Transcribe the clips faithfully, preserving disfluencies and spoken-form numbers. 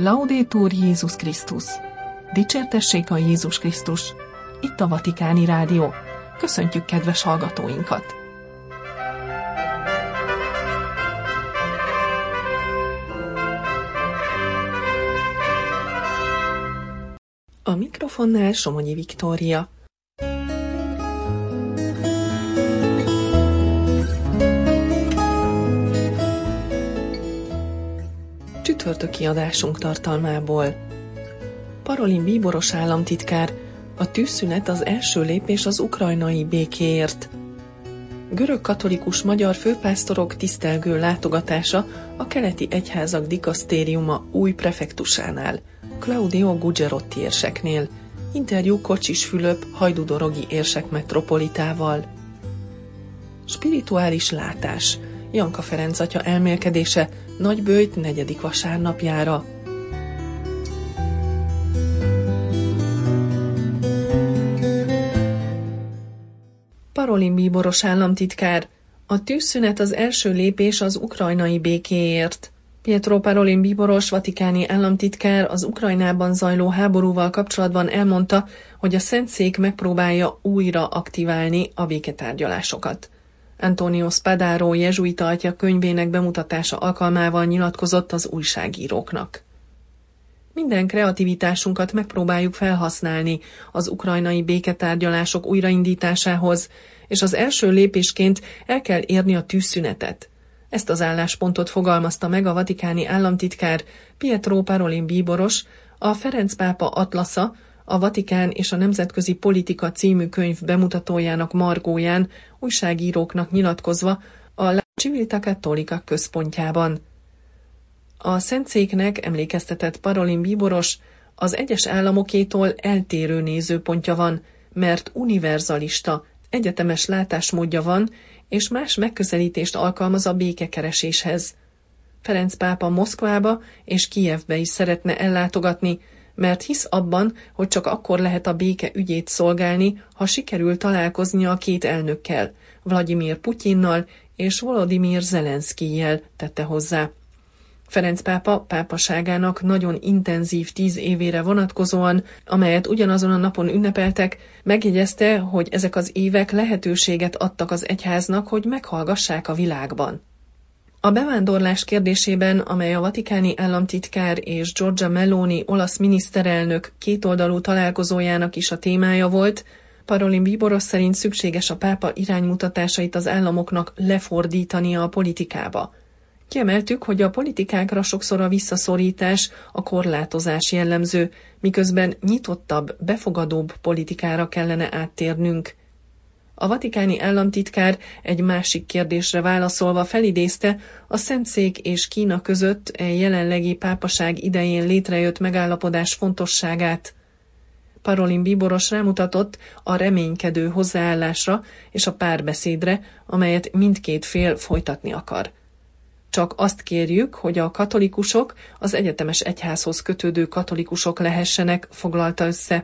Laudetur Jézus Krisztus! Dicsértessék a Jézus Krisztus! Itt a Vatikáni Rádió. Köszöntjük kedves hallgatóinkat! A mikrofonnál Somogyi Viktória. Csütörtöki adásunk tartalmából. Parolin Bíboros államtitkár: a tűzszünet az első lépés az ukrajnai békéért. Görög-katolikus magyar főpásztorok tisztelgő látogatása a keleti egyházak dikasztériuma új prefektusánál, Claudio Gugerotti érseknél. Interjú Kocsis Fülöp hajdúdorogi érsek metropolitával. Spirituális látás. Janka Ferenc atya elmélkedése Nagyböjt negyedik vasárnapjára. Parolin Bíboros államtitkár: a tűzszünet az első lépés az ukrajnai békéért. Pietro Parolin Bíboros vatikáni államtitkár az Ukrajnában zajló háborúval kapcsolatban elmondta, hogy a Szentszék megpróbálja újra aktiválni a béketárgyalásokat. Antonio Spadaro jezsuita atya könyvének bemutatása alkalmával nyilatkozott az újságíróknak. Minden kreativitásunkat megpróbáljuk felhasználni az ukrajnai béketárgyalások újraindításához, és az első lépésként el kell érni a tűzszünetet. Ezt az álláspontot fogalmazta meg a vatikáni államtitkár Pietro Parolin Bíboros a Ferenc pápa atlasza, a Vatikán és a Nemzetközi Politika című könyv bemutatójának margóján újságíróknak nyilatkozva a La Civiltà Cattolica központjában. A Szentszéknek, emlékeztetett Parolin Bíboros, az egyes államokétól eltérő nézőpontja van, mert univerzalista, egyetemes látásmódja van, és más megközelítést alkalmaz a békekereséshez. Ferenc pápa Moszkvába és Kijevbe is szeretne ellátogatni, mert hisz abban, hogy csak akkor lehet a béke ügyét szolgálni, ha sikerül találkoznia a két elnökkel, Vladimir Putyinnal és Volodymyr Zelenszkijjel, tette hozzá. Ferenc pápa pápaságának nagyon intenzív tíz évére vonatkozóan, amelyet ugyanazon a napon ünnepeltek, megjegyezte, hogy ezek az évek lehetőséget adtak az egyháznak, hogy meghallgassák a világban. A bevándorlás kérdésében, amely a vatikáni államtitkár és Giorgia Meloni olasz miniszterelnök kétoldalú találkozójának is a témája volt, Parolin Bíboros szerint szükséges a pápa iránymutatásait az államoknak lefordítania a politikába. Kiemeltük, hogy a politikákra sokszor a visszaszorítás, a korlátozás jellemző, miközben nyitottabb, befogadóbb politikára kellene áttérnünk. A vatikáni államtitkár egy másik kérdésre válaszolva felidézte a Szentszék és Kína között a jelenlegi pápaság idején létrejött megállapodás fontosságát. Parolin Bíboros rámutatott a reménykedő hozzáállásra és a párbeszédre, amelyet mindkét fél folytatni akar. Csak azt kérjük, hogy a katolikusok az egyetemes egyházhoz kötődő katolikusok lehessenek, foglalta össze.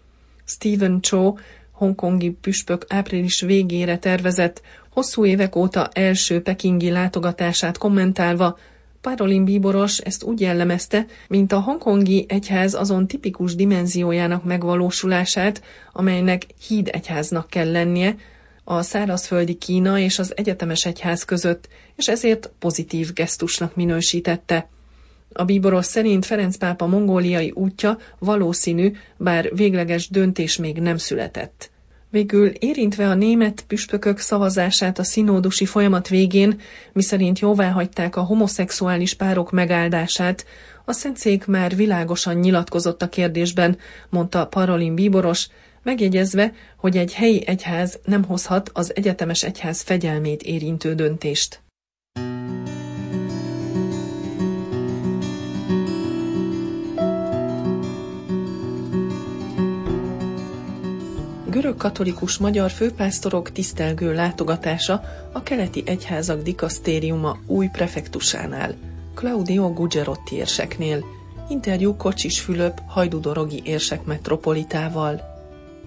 Stephen Cho, hongkongi püspök április végére tervezett, hosszú évek óta első pekingi látogatását kommentálva, Parolin Bíboros ezt úgy jellemezte, mint a hongkongi egyház azon tipikus dimenziójának megvalósulását, amelynek hídegyháznak kell lennie a szárazföldi Kína és az egyetemes egyház között, és ezért pozitív gesztusnak minősítette. A Bíboros szerint Ferenc pápa mongóliai útja valószínű, bár végleges döntés még nem született. Végül érintve a német püspökök szavazását a színódusi folyamat végén, miszerint jóváhagyták a homoszexuális párok megáldását, a Szentszék már világosan nyilatkozott a kérdésben, mondta Parolin Bíboros, megjegyezve, hogy egy helyi egyház nem hozhat az egyetemes egyház fegyelmét érintő döntést. Görög-katolikus magyar főpásztorok tisztelgő látogatása a keleti egyházak dikasztériuma új prefektusánál, Claudio Gugerotti érseknél. Interjú Kocsis Fülöp hajdúdorogi érsek metropolitával.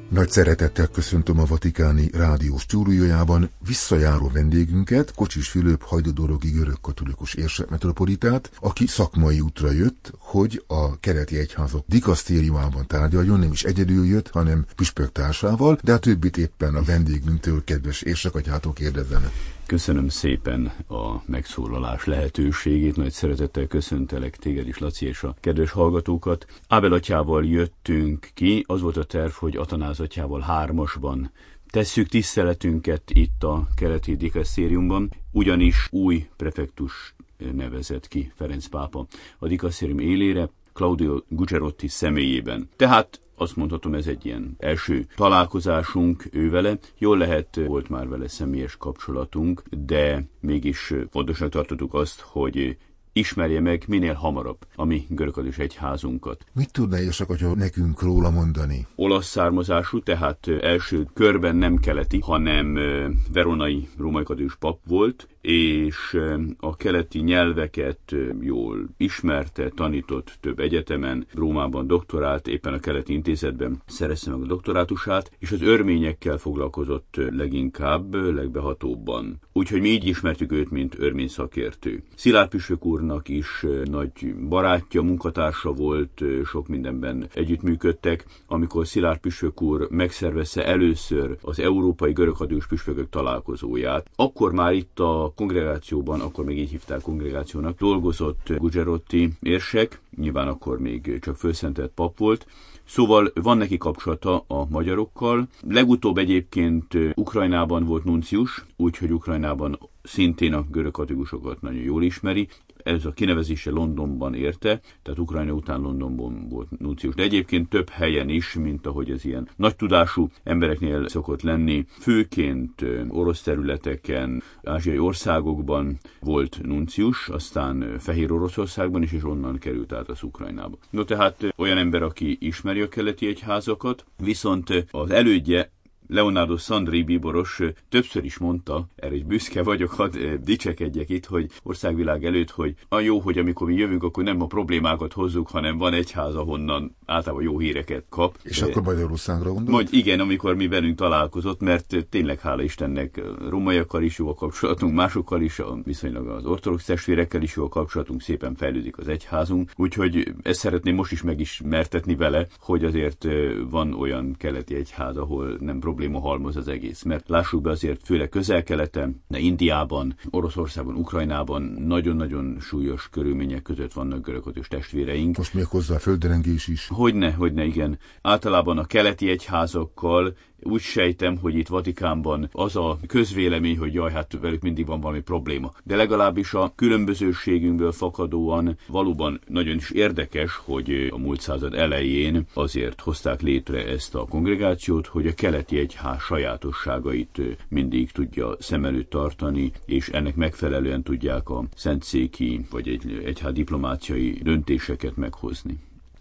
Nagy szeretettel köszöntöm a Vatikáni Rádió stúdiójában visszajáró vendégünket, Kocsis Fülöp hajdúdorogi görögkatolikus érsek metropolitát, aki szakmai útra jött, hogy a keleti egyházak dikasztériumában tárgyaljon, nem is egyedül jött, hanem püspök társával, de a többit éppen a vendégünktől, kedves érsekatyától kérdezem. Köszönöm szépen a megszólalás lehetőségét, nagy szeretettel köszöntelek téged is, Laci, és a kedves hallgatókat. Ábel atyával jöttünk ki, az volt a terv, hogy Atanáz atyával hármasban tesszük tiszteletünket itt a keleti dikasztériumban, ugyanis új prefektus nevezett ki Ferenc pápa a dikasztérium élére, Claudio Guccerotti személyében. Tehát azt mondhatom, ez egy ilyen első találkozásunk ővele. Jól lehet, volt már vele személyes kapcsolatunk, de mégis fontosnak tartottuk azt, hogy ismerje meg minél hamarabb a mi görögkatolikus egyházunkat. Mit tudná érsakatya nekünk róla mondani? Olasz származású, tehát első körben nem keleti, hanem veronai római katolikus pap volt, és a keleti nyelveket jól ismerte, tanított több egyetemen, Rómában doktorált, éppen a keleti intézetben szerezte meg a doktorátusát, és az örményekkel foglalkozott leginkább, legbehatóbban. Úgyhogy mi így ismertük őt, mint örmény szakértő. Szilárd püspök úrnak is nagy barátja, munkatársa volt, sok mindenben együttműködtek. Amikor Szilárd püspök úr megszervezte először az Európai Görögkatolikus Püspökök találkozóját, akkor már itt a a kongregációban, akkor még így hívták kongregációnak, dolgozott Guccerotti érsek, nyilván akkor még csak fölszentelt pap volt, szóval van neki kapcsolata a magyarokkal. Legutóbb egyébként Ukrajnában volt nuncius, úgyhogy Ukrajnában szintén a görög katolikusokat nagyon jól ismeri. Ez a kinevezése Londonban érte, tehát Ukrajna után Londonban volt nuncius. De egyébként több helyen is, mint ahogy ez ilyen nagy tudású embereknél szokott lenni, főként orosz területeken, ázsiai országokban volt nuncius, aztán Fehér Oroszországban is, és onnan került át az Ukrajnába. No, tehát olyan ember, aki ismeri a keleti egyházakat, viszont az elődje, Leonardo Szandri bíboros többször is mondta, erre is büszke vagyok, hadd dicsekedjek itt, hogy országvilág előtt, hogy a jó, hogy amikor mi jövünk, akkor nem a problémákat hozzuk, hanem van egyház, ahonnan általában jó híreket kap. És akkor Magyarországra gondolt? Majd igen, amikor mi velünk találkozott, mert tényleg hála Istennek rómaiakkal is jó a kapcsolatunk, másokkal is, viszonylag az ortodox testvérekkel is jó a kapcsolatunk, szépen fejlődik az egyházunk, úgyhogy ezt szeretném most is megismertetni vele, hogy azért van olyan keleti egyház, ahol nem probléma, probléma halmoz az egész. Mert lássuk be azért, főleg közel-keleten, de Indiában, Oroszországban, Ukrajnában nagyon-nagyon súlyos körülmények között vannak görögkatolikus testvéreink. Most még hozzá a földrengés is. Hogyne, hogyne, igen. Általában a keleti egyházakkal úgy sejtem, hogy itt Vatikánban az a közvélemény, hogy jaj, hát velük mindig van valami probléma. De legalábbis a különbözőségünkből fakadóan valóban nagyon is érdekes, hogy a múlt század elején azért hozták létre ezt a kongregációt, hogy a keleti egyház sajátosságait mindig tudja szem előtt tartani, és ennek megfelelően tudják a szentszéki vagy egy egyház diplomáciai döntéseket meghozni.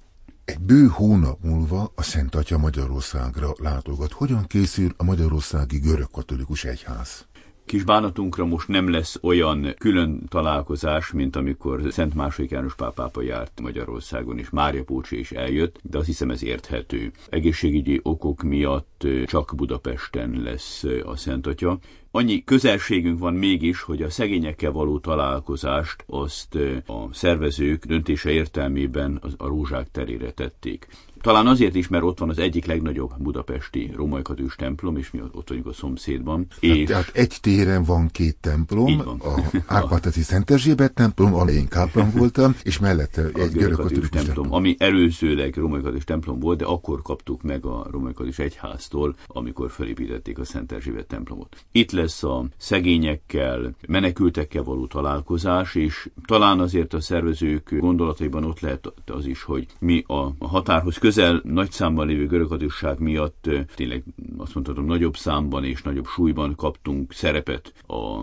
Egy bő hónap múlva a Szent Atya Magyarországra látogat. Hogyan készül a magyarországi görögkatolikus egyház? Kis bánatunkra most nem lesz olyan külön találkozás, mint amikor Szent második János Pál pápa járt Magyarországon, és Mária Pócsi is eljött, de azt hiszem ez érthető. Egészségügyi okok miatt csak Budapesten lesz a Szent Atya. Annyi közelségünk van mégis, hogy a szegényekkel való találkozást azt a szervezők döntése értelmében a Rózsák terére tették. Talán azért is, mert ott van az egyik legnagyobb budapesti római katolikus templom, és mi ott vagyunk a szomszédban. Hát, és tehát egy téren van két templom, a Árpád-hegyi Szent Erzsébet templom, ahol én káplan voltam, és mellette egy görög katolikus templom, templom. Ami előzőleg római katolikus templom volt, de akkor kaptuk meg a római katolikus egyháztól, amikor felépítették a Szent Erzsébet templomot. Itt lesz a szegényekkel, menekültekkel való találkozás, és talán azért a szervezők gondolataiban ott lehet az is, hogy mi a határhoz közel nagy számban lévő görögkatolikusság miatt tényleg azt mondhatom nagyobb számban és nagyobb súlyban kaptunk szerepet a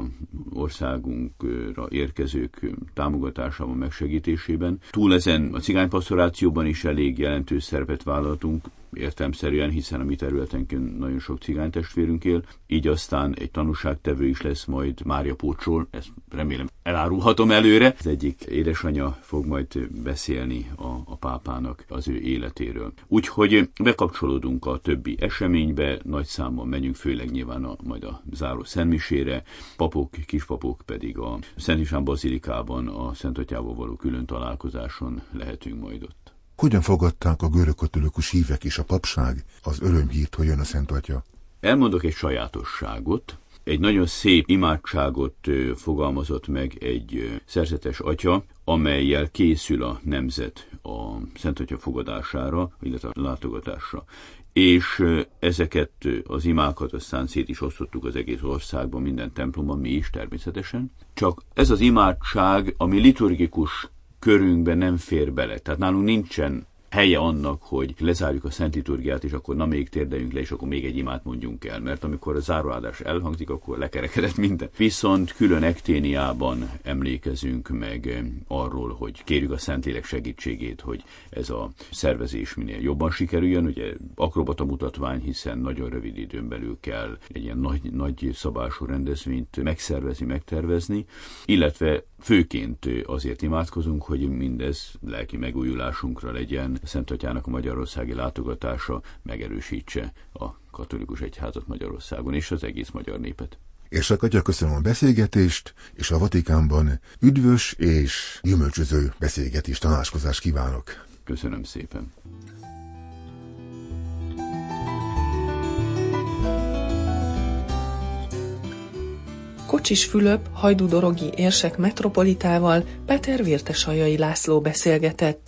országunkra érkezők támogatásában, megsegítésében. Túl ezen a cigánypastorációban is elég jelentős szerepet vállaltunk, értelemszerűen, hiszen a mi területenken nagyon sok cigánytestvérünk él, így aztán egy tanúságtevő is lesz majd Mária Pócsról, ezt remélem elárulhatom előre. Az egyik édesanyja fog majd beszélni a, a pápának az ő életéről. Úgyhogy bekapcsolódunk a többi eseménybe, nagy számban megyünk, főleg nyilván a, majd a záró szentmisére, papok, kispapok pedig a Szent István bazilikában a Szent Atyával való külön találkozáson lehetünk majd ott. Hogyan fogadták a görögkatolikus hívek és a papság az örömhírt, hogy jön a Szent Atya? Elmondok egy sajátosságot. Egy nagyon szép imádságot fogalmazott meg egy szerzetes atya, amellyel készül a nemzet a Szent Atya fogadására, illetve a látogatásra. És ezeket az imákat aztán szét is osztottuk az egész országban, minden templomban, mi is természetesen. Csak ez az imádság, ami liturgikus körünkben nem fér bele. Tehát nálunk nincsen helye annak, hogy lezárjuk a szent liturgiát, és akkor na még térdeljünk le, és akkor még egy imát mondjunk el. Mert amikor a záróáldás elhangzik, akkor lekerekedett minden. Viszont külön ekténiában emlékezünk meg arról, hogy kérjük a Szentlélek segítségét, hogy ez a szervezés minél jobban sikerüljön. Ugye akrobata mutatvány, hiszen nagyon rövid időn belül kell egy ilyen nagy, nagy szabású rendezvényt megszervezni, megtervezni, illetve főként azért imádkozunk, hogy mindez lelki megújulásunkra legyen, a Szent Atyának a magyarországi látogatása megerősítse a katolikus egyházat Magyarországon és az egész magyar népet. Érsek Atya, köszönöm a beszélgetést, és a Vatikánban üdvös és gyümölcsöző beszélgetés, tanácskozást kívánok. Köszönöm szépen. Kocsis Fülöp hajdúdorogi érsek metropolitával Peter Vértesajai László beszélgetett.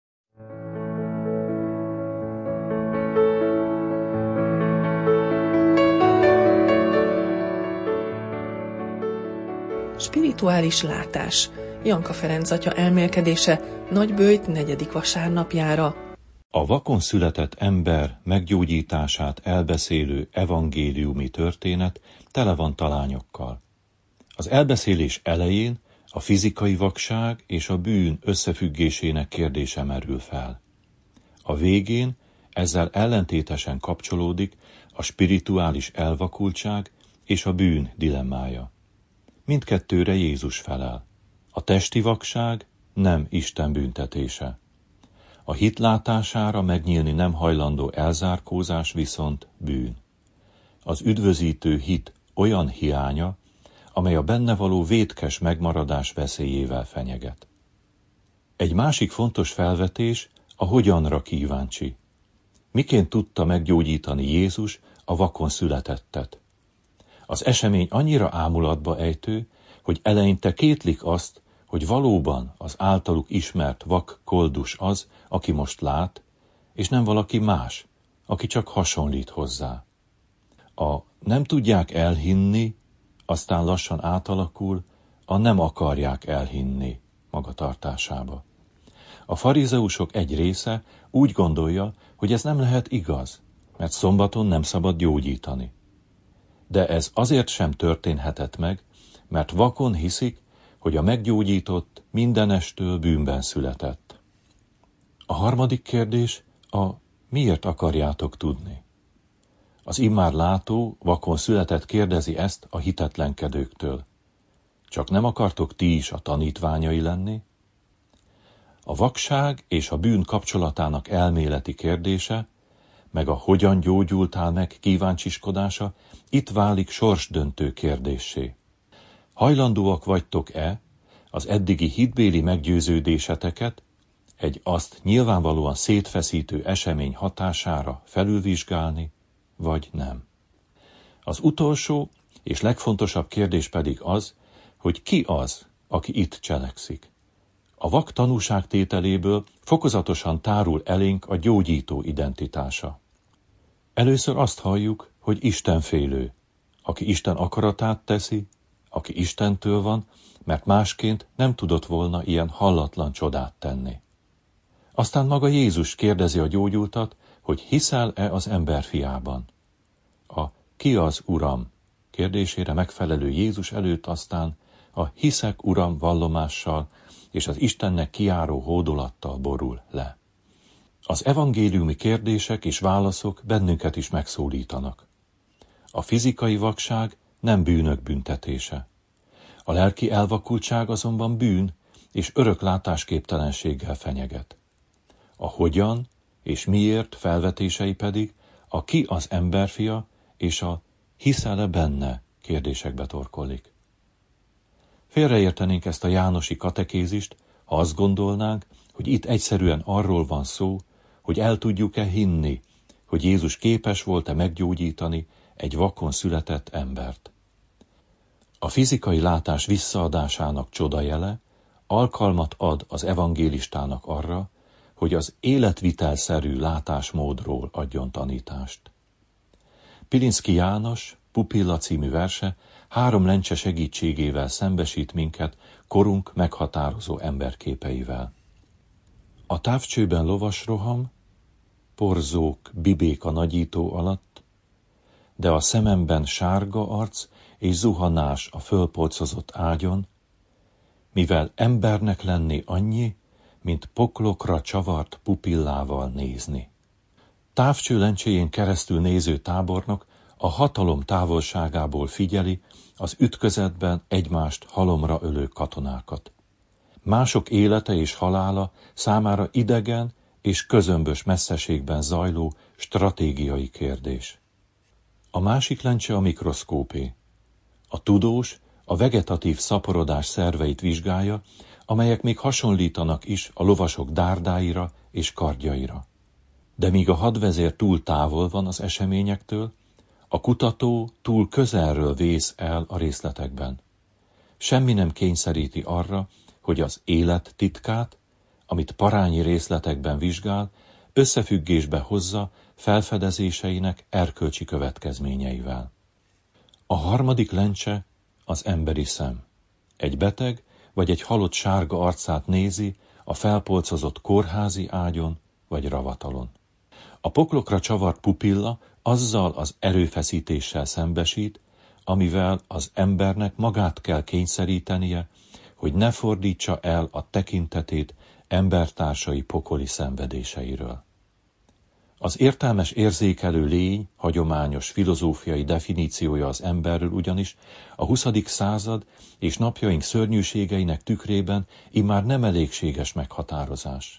Spirituális látás. Janka Ferenc atya elmélkedése Nagyböjt negyedik vasárnapjára. A vakon született ember meggyógyítását elbeszélő evangéliumi történet tele van talányokkal. Az elbeszélés elején a fizikai vakság és a bűn összefüggésének kérdése merül fel. A végén ezzel ellentétesen kapcsolódik a spirituális elvakultság és a bűn dilemmája. Mindkettőre Jézus felel. A testi vakság nem Isten büntetése. A hit látására megnyílni nem hajlandó elzárkózás viszont bűn. Az üdvözítő hit olyan hiánya, amely a benne való vétkes megmaradás veszélyével fenyeget. Egy másik fontos felvetés a hogyanra kíváncsi. Miként tudta meggyógyítani Jézus a vakon születettet? Az esemény annyira ámulatba ejtő, hogy eleinte kétlik azt, hogy valóban az általuk ismert vak koldus az, aki most lát, és nem valaki más, aki csak hasonlít hozzá. A nem tudják elhinni, aztán lassan átalakul a nem akarják elhinni magatartásába. A farizeusok egy része úgy gondolja, hogy ez nem lehet igaz, mert szombaton nem szabad gyógyítani. De ez azért sem történhetett meg, mert vakon hiszik, hogy a meggyógyított mindenestől bűnben született. A harmadik kérdés a miért akarjátok tudni? Az immár látó, vakon született kérdezi ezt a hitetlenkedőktől. Csak nem akartok ti is a tanítványai lenni? A vakság és a bűn kapcsolatának elméleti kérdése, meg a hogyan gyógyultál meg kíváncsiskodása itt válik sorsdöntő kérdéssé. Hajlandóak vagytok-e az eddigi hitbéli meggyőződéseteket egy azt nyilvánvalóan szétfeszítő esemény hatására felülvizsgálni, vagy nem? Az utolsó és legfontosabb kérdés pedig az, hogy ki az, aki itt cselekszik. A vak tanúságtételéből fokozatosan tárul elénk a gyógyító identitása. Először azt halljuk, hogy istenfélő, aki Isten akaratát teszi, aki Istentől van, mert másként nem tudott volna ilyen hallatlan csodát tenni. Aztán maga Jézus kérdezi a gyógyultat, hogy hiszel-e az ember fiában. A ki az Uram kérdésére megfelelő Jézus előtt aztán a hiszek Uram vallomással és az Istennek kijáró hódolattal borul le. Az evangéliumi kérdések és válaszok bennünket is megszólítanak. A fizikai vakság nem bűnök büntetése. A lelki elvakultság azonban bűn és örök látásképtelenséggel fenyeget. A hogyan és miért felvetései pedig a ki az emberfia és a hiszel-e benne kérdésekbe torkollik. Félreértenénk ezt a jánosi katekézist, ha azt gondolnánk, hogy itt egyszerűen arról van szó, hogy el tudjuk-e hinni, hogy Jézus képes volt-e meggyógyítani egy vakon született embert. A fizikai látás visszaadásának csodajele alkalmat ad az evangélistának arra, hogy az életvitelszerű látásmódról adjon tanítást. Pilinszky János Pupilla című verse három lencse segítségével szembesít minket korunk meghatározó emberképeivel. A távcsőben lovasroham, porzók, bibék a nagyító alatt, de a szememben sárga arc és zuhanás a fölpolcozott ágyon, mivel embernek lenni annyi, mint poklokra csavart pupillával nézni. Távcső lencséjén keresztül néző tábornok a hatalom távolságából figyeli az ütközetben egymást halomra ölő katonákat. Mások élete és halála számára idegen és közömbös messzeségben zajló stratégiai kérdés. A másik lencse a mikroszkópé. A tudós a vegetatív szaporodás szerveit vizsgálja, amelyek még hasonlítanak is a lovasok dárdáira és kardjaira. De míg a hadvezér túl távol van az eseményektől, a kutató túl közelről vész el a részletekben. Semmi nem kényszeríti arra, hogy az élet titkát, amit parányi részletekben vizsgál, összefüggésbe hozza felfedezéseinek erkölcsi következményeivel. A harmadik lencse az emberi szem. Egy beteg vagy egy halott sárga arcát nézi a felpolcozott kórházi ágyon vagy ravatalon. A poklokra csavart pupilla azzal az erőfeszítéssel szembesít, amivel az embernek magát kell kényszerítenie, hogy ne fordítsa el a tekintetét embertársai pokoli szenvedéseiről. Az értelmes érzékelő lény hagyományos filozófiai definíciója az emberről ugyanis a huszadik század és napjaink szörnyűségeinek tükrében immár nem elégséges meghatározás.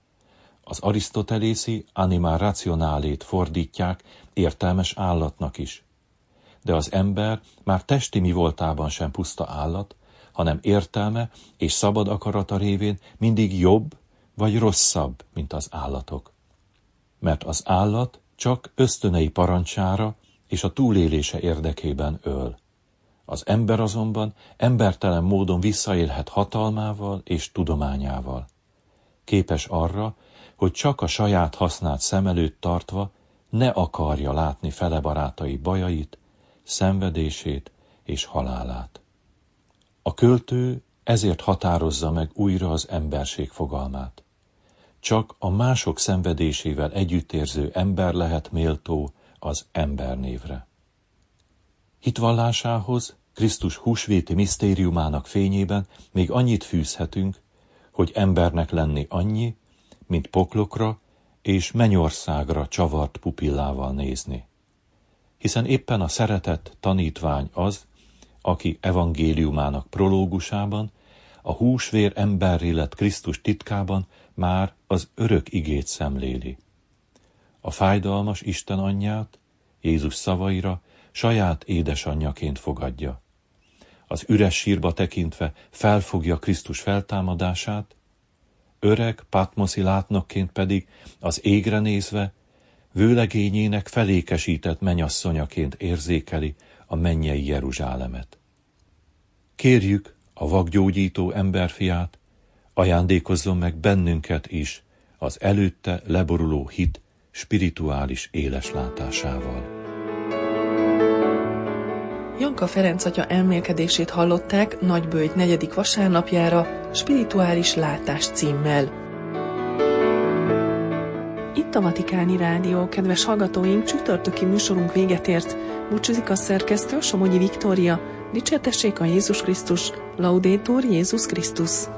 Az arisztotelészi animal rationálét fordítják értelmes állatnak is. De az ember már testi mi voltában sem puszta állat, hanem értelme és szabad akarata révén mindig jobb vagy rosszabb, mint az állatok. Mert az állat csak ösztönei parancsára és a túlélése érdekében öl. Az ember azonban embertelen módon visszaélhet hatalmával és tudományával. Képes arra, hogy csak a saját hasznát szem előtt tartva ne akarja látni fele barátai bajait, szenvedését és halálát. A költő ezért határozza meg újra az emberség fogalmát. Csak a mások szenvedésével együttérző ember lehet méltó az embernévre. Hitvallásához Krisztus húsvéti misztériumának fényében még annyit fűzhetünk, hogy embernek lenni annyi, mint poklokra és mennyországra csavart pupillával nézni. Hiszen éppen a szeretett tanítvány az, aki evangéliumának prológusában, a húsvér emberré lett Krisztus titkában már az örök igét szemléli. A fájdalmas Isten anyját Jézus szavaira saját édesanyjaként fogadja. Az üres sírba tekintve felfogja Krisztus feltámadását, öreg Patmoszi látnokként pedig az égre nézve vőlegényének felékesített mennyasszonyaként érzékeli a mennyei Jeruzsálemet. Kérjük a vakgyógyító emberfiát, ajándékozzon meg bennünket is az előtte leboruló hit spirituális éleslátásával. Janka Ferenc atya elmélkedését hallották Nagyböjt negyedik vasárnapjára Spirituális látás címmel. Itt a Vatikáni Rádió, kedves hallgatóink, csütörtöki műsorunk véget ért. Búcsúzik a szerkesztő, Somogyi Viktória. Dicsértessék a Jézus Krisztus, Laudetur Jézus Krisztus.